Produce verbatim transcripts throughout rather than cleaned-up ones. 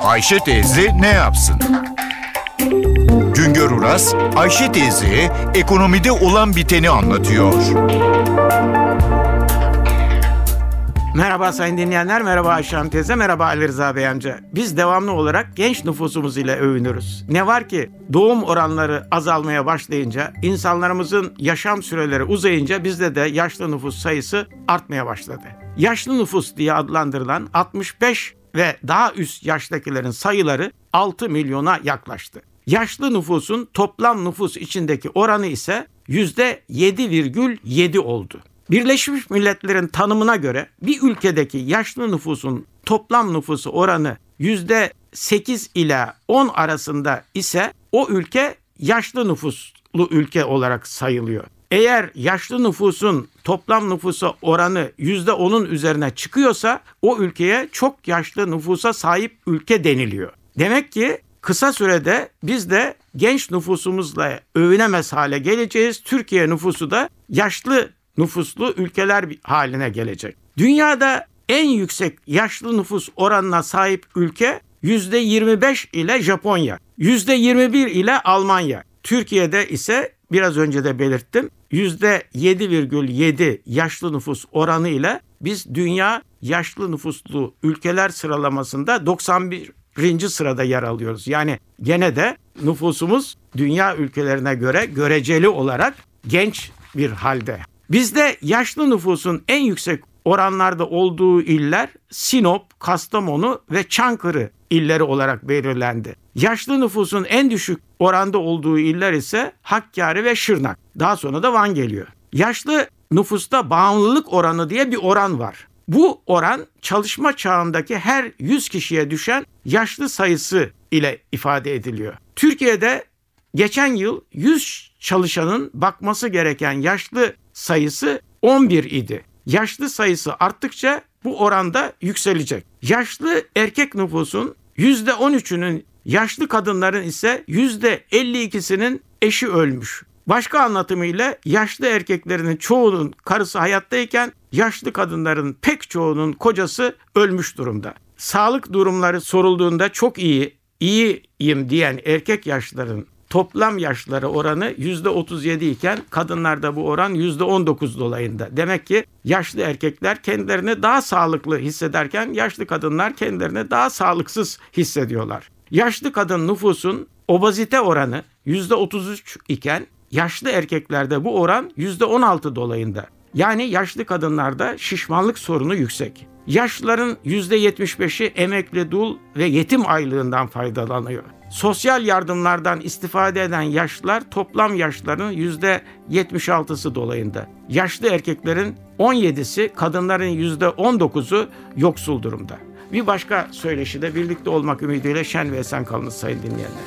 Ayşe teyze ne yapsın? Güngör Uras, Ayşe teyzeye ekonomide olan biteni anlatıyor. Merhaba sayın dinleyenler, merhaba Ayşe Hanım teyze, merhaba Ali Rıza Bey amca. Biz devamlı olarak genç nüfusumuz ile övünürüz. Ne var ki doğum oranları azalmaya başlayınca, insanlarımızın yaşam süreleri uzayınca bizde de yaşlı nüfus sayısı artmaya başladı. Yaşlı nüfus diye adlandırılan altmış beş ve daha üst yaştakilerin sayıları altı milyona yaklaştı. Yaşlı nüfusun toplam nüfus içindeki oranı ise yüzde yedi virgül yedi oldu. Birleşmiş Milletler'in tanımına göre bir ülkedeki yaşlı nüfusun toplam nüfusu oranı yüzde sekiz ila on arasında ise o ülke yaşlı nüfuslu ülke olarak sayılıyor. Eğer yaşlı nüfusun toplam nüfusa oranı yüzde onun üzerine çıkıyorsa o ülkeye çok yaşlı nüfusa sahip ülke deniliyor. Demek ki kısa sürede biz de genç nüfusumuzla övünemez hale geleceğiz. Türkiye nüfusu da yaşlı nüfuslu ülkeler haline gelecek. Dünyada en yüksek yaşlı nüfus oranına sahip ülke yüzde yirmi beş ile Japonya, yüzde yirmi bir ile Almanya. Türkiye'de ise biraz önce de belirttim yüzde yedi virgül yedi yaşlı nüfus oranı ile biz dünya yaşlı nüfuslu ülkeler sıralamasında doksan birinci sırada yer alıyoruz. Yani gene de nüfusumuz dünya ülkelerine göre göreceli olarak genç bir halde. Bizde yaşlı nüfusun en yüksek oranlarda olduğu iller Sinop, Kastamonu ve Çankırı illeri olarak belirlendi. Yaşlı nüfusun en düşük oranda olduğu iller ise Hakkari ve Şırnak. Daha sonra da Van geliyor. Yaşlı nüfusta bağımlılık oranı diye bir oran var. Bu oran çalışma çağındaki her yüz kişiye düşen yaşlı sayısı ile ifade ediliyor. Türkiye'de geçen yıl yüz çalışanın bakması gereken yaşlı sayısı on bir idi. Yaşlı sayısı arttıkça bu oranda yükselecek. Yaşlı erkek nüfusun yüzde on üçünün, yaşlı kadınların ise yüzde elli ikisinin eşi ölmüş. Başka anlatımıyla yaşlı erkeklerin çoğunun karısı hayattayken yaşlı kadınların pek çoğunun kocası ölmüş durumda. Sağlık durumları sorulduğunda çok iyi, iyiyim diyen erkek yaşlıların toplam yaşları oranı yüzde otuz yedi iken kadınlarda bu oran yüzde on dokuz dolayında. Demek ki yaşlı erkekler kendilerini daha sağlıklı hissederken yaşlı kadınlar kendilerini daha sağlıksız hissediyorlar. Yaşlı kadın nüfusun obezite oranı yüzde otuz üç iken yaşlı erkeklerde bu oran yüzde on altı dolayında. Yani yaşlı kadınlarda şişmanlık sorunu yüksek. Yaşlıların yüzde yetmiş beşi emekli, dul ve yetim aylığından faydalanıyor. Sosyal yardımlardan istifade eden yaşlılar toplam yaşların yüzde yetmiş altısı dolayında. Yaşlı erkeklerin on yedisi, kadınların yüzde on dokuzu yoksul durumda. Bir başka söyleşide birlikte olmak ümidiyle şen ve esen kalınız sayın dinleyenler.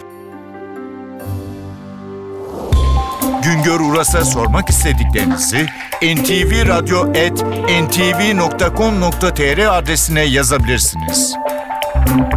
Güngör Uras'a sormak istediklerinizi en ti vi radyo at en ti vi nokta com nokta tr adresine yazabilirsiniz.